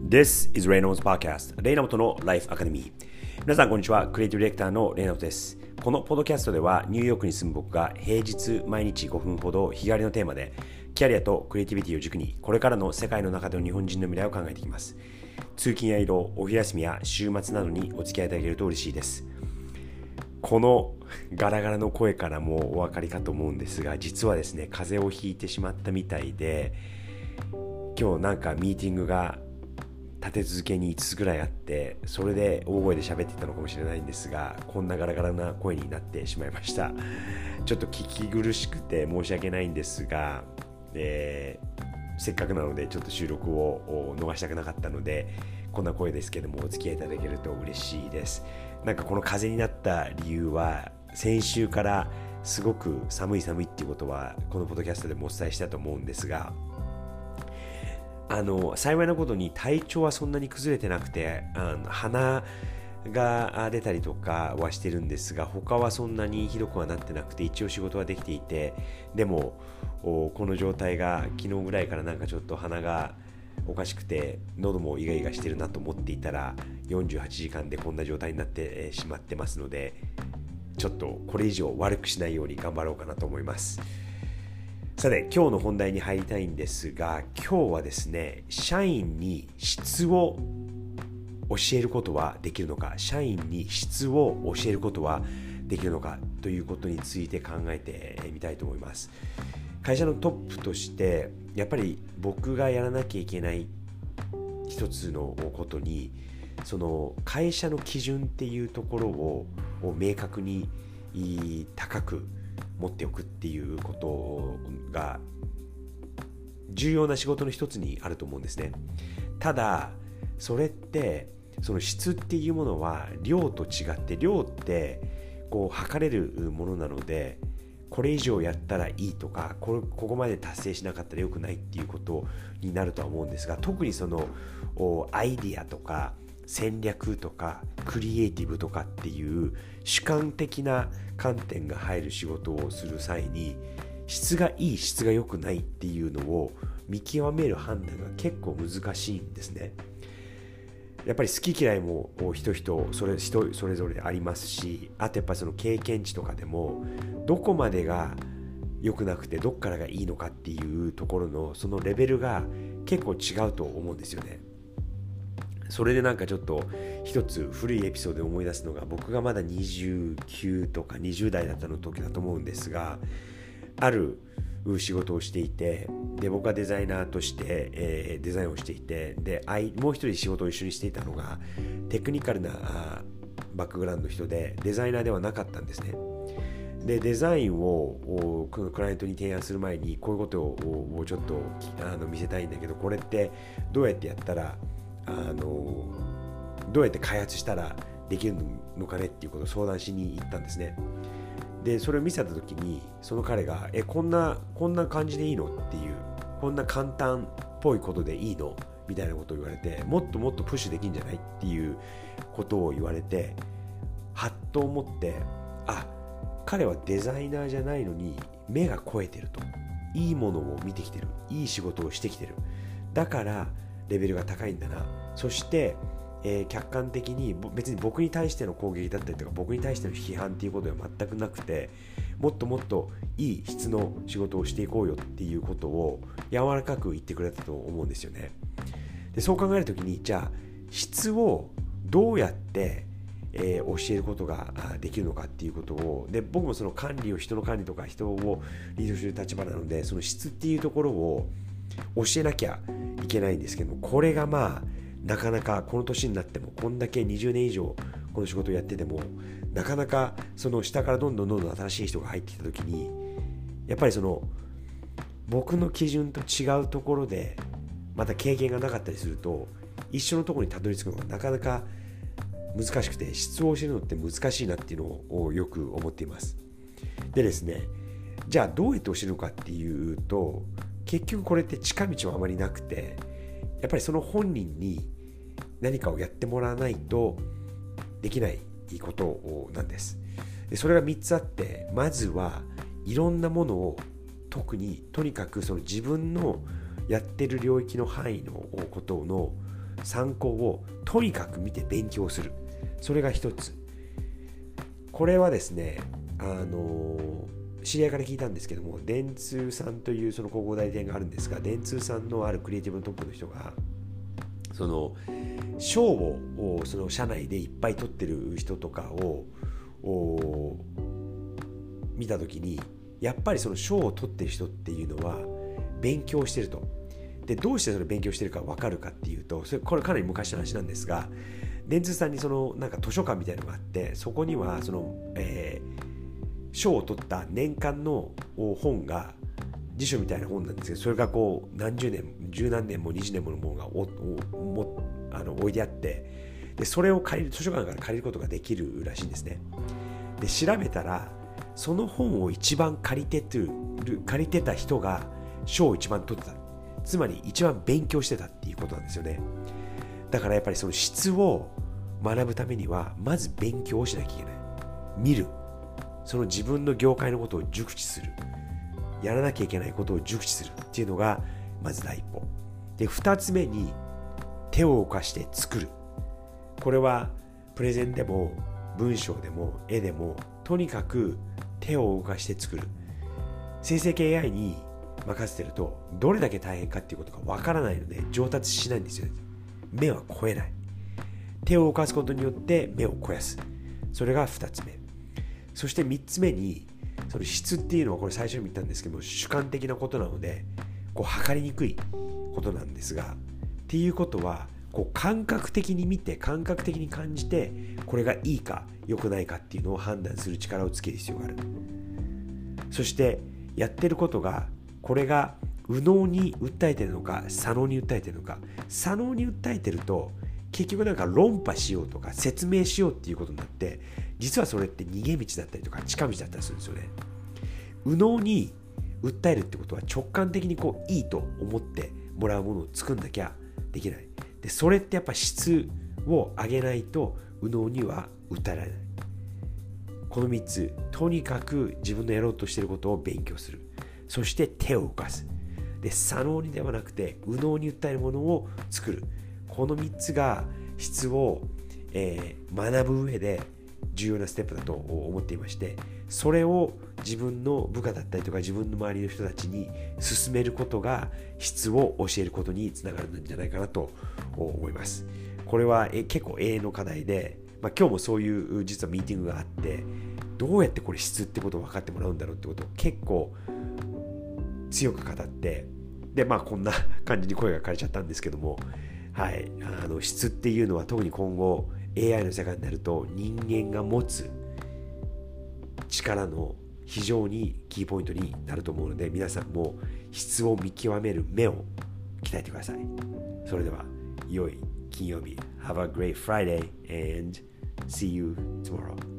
This is Reynolds Podcast レイナモトの Life Academy。 皆さんこんにちは。クリエイティブディレクターのレイナモトです。このポッドキャストではニューヨークに住む僕が平日毎日5分ほど日帰りのテーマでキャリアとクリエイティビティを軸にこれからの世界の中での日本人の未来を考えていきます。通勤や移動、お昼休みや週末などにお付き合いいただけると嬉しいです。このガラガラの声からもお分かりかと思うんですが、実はですね、風邪をひいてしまったみたいで、今日なんかミーティングが立て続けに5つぐらいあって、それで大声で喋っていたのかもしれないんですが、こんなガラガラな声になってしまいました。ちょっと聞き苦しくて申し訳ないんですが、せっかくなのでちょっと収録を逃したくなかったので、こんな声ですけどもお付き合いいただけると嬉しいです。なんかこの風邪になった理由は、先週からすごく寒いっていうことはこのポッドキャストでもお伝えしたと思うんですが、幸いなことに体調はそんなに崩れてなくて、鼻が出たりとかはしてるんですが、他はそんなにひどくはなってなくて、一応仕事はできていて、でもこの状態が昨日ぐらいからなんかちょっと鼻がおかしくて、喉もイガイガしてるなと思っていたら、48時間でこんな状態になってしまってますので、ちょっとこれ以上悪くしないように頑張ろうかなと思います。さて、今日の本題に入りたいんですが、今日はですね、社員に質を教えることはできるのか、社員に質を教えることはできるのかということについて考えてみたいと思います。会社のトップとしてやっぱり僕がやらなきゃいけない一つのことに、その会社の基準っていうところを明確に高く持っておくっていうことが重要な仕事の一つにあると思うんですね。ただそれってその質っていうものは量と違って、量ってこう測れるものなので、これ以上やったらいいとか、ここまで達成しなかったら良くないっていうことになるとは思うんですが、特にそのアイディアとか戦略とかクリエイティブとかっていう主観的な観点が入る仕事をする際に、質がいい質が良くないっていうのを見極める判断が結構難しいんですね。やっぱり好き嫌いも人それぞれありますし、あとやっぱりその経験値とかでもどこまでが良くなくてどっからがいいのかっていうところのそのレベルが結構違うと思うんですよね。それでなんかちょっと一つ古いエピソードで思い出すのが、僕がまだ29とか20代だったの時だと思うんですが、ある仕事をしていて、で僕はデザイナーとして、デザインをしていて、でもう一人仕事を一緒にしていたのがテクニカルなバックグラウンドの人で、デザイナーではなかったんですね。でデザインをクライアントに提案する前に、こういうことをちょっと見せたいんだけど、これってどうやってやったらどうやって開発したらできるのかねっていうことを相談しに行ったんですね。でそれを見せた時に、その彼がこんな感じでいいのっていう、こんな簡単っぽいことでいいのみたいなことを言われて、もっともっとプッシュできるんじゃないっていうことを言われて、はっと思って、彼はデザイナーじゃないのに目が肥えてると、いいものを見てきてる、いい仕事をしてきてる、だからレベルが高いんだな。そして、客観的に別に僕に対しての攻撃だったりとか、僕に対しての批判っていうことは全くなくて、もっともっといい質の仕事をしていこうよっていうことを柔らかく言ってくれたと思うんですよね。でそう考えるときに、じゃあ質をどうやって教えることができるのかっていうことを、で僕もその人の管理とか人をリードする立場なので、その質っていうところを教えなきゃいけないんですけども、これがなかなかこの年になっても、こんだけ20年以上この仕事をやってても、なかなかその下からどんどん新しい人が入ってきた時に、やっぱりその僕の基準と違うところでまた経験がなかったりすると、一緒のところにたどり着くのがなかなか難しくて、質を教えるのって難しいなっていうのをよく思っています。でですね、じゃあどうやって教えるのかっていうと、結局これって近道はあまりなくて、やっぱりその本人に何かをやってもらわないとできないことなんです。でそれが3つあって、まずはいろんなものをとにかくその自分のやってる領域の範囲のことの参考をとにかく見て勉強する。それが一つ。これはですね、知り合いから聞いたんですけども、電通さんというその広告代理店があるんですが、電通さんのあるクリエイティブのトップの人がその賞をその社内でいっぱい取ってる人とかを見たときに、やっぱりその賞を取ってる人っていうのは勉強してると。で、どうしてそれ勉強してるか分かるかっていうと、これかなり昔の話なんですが、電通さんにそのなんか図書館みたいなのがあって、そこにはその賞を取った年間の本が辞書みたいな本なんですけど、それがこう何十年十何年も20年ものものが置いてあって、でそれを図書館から借りることができるらしいんですね。で調べたら、その本を一番借りてた人が賞を一番取ってた、つまり一番勉強してたっていうことなんですよね。だからやっぱりその質を学ぶためにはまず勉強をしなきゃいけない。見る、その自分の業界のことを熟知する、やらなきゃいけないことを熟知するっていうのがまず第一歩で、2つ目に手を動かして作る。これはプレゼンでも文章でも絵でも、とにかく手を動かして作る。生成系 AI に任せてるとどれだけ大変かっていうことがわからないので上達しないんですよ。目は超えない。手を動かすことによって目を肥やす。それが2つ目。そして3つ目に、その質っていうのはこれ最初にも言ったんですけども、主観的なことなのでこう測りにくいことなんですが、っていうことはこう感覚的に見て感覚的に感じて、これがいいか良くないかっていうのを判断する力をつける必要がある。そしてやってることが、これが右脳に訴えてるのか左脳に訴えてるのか。左脳に訴えてると結局なんか論破しようとか説明しようっていうことになって、実はそれって逃げ道だったりとか近道だったりするんですよね。右脳に訴えるってことは直感的にこういいと思ってもらうものを作んなきゃできない。でそれってやっぱ質を上げないと右脳には訴えられない。この3つ、とにかく自分のやろうとしていることを勉強する。そして手を動かす。で左脳にではなくて右脳に訴えるものを作る。この3つが質を、学ぶ上で重要なステップだと思っていまして、それを自分の部下だったりとか自分の周りの人たちに進めることが質を教えることにつながるんじゃないかなと思います。これは結構永遠の課題で、今日もそういう実はミーティングがあって、どうやってこれ質ってことを分かってもらうんだろうってことを結構強く語って、でこんな感じに声が枯れちゃったんですけども、はい、質っていうのは特に今後 AI の世界になると人間が持つ力の非常にキーポイントになると思うので、皆さんも質を見極める目を鍛えてください。それでは良い金曜日。Have a great Friday and see you tomorrow.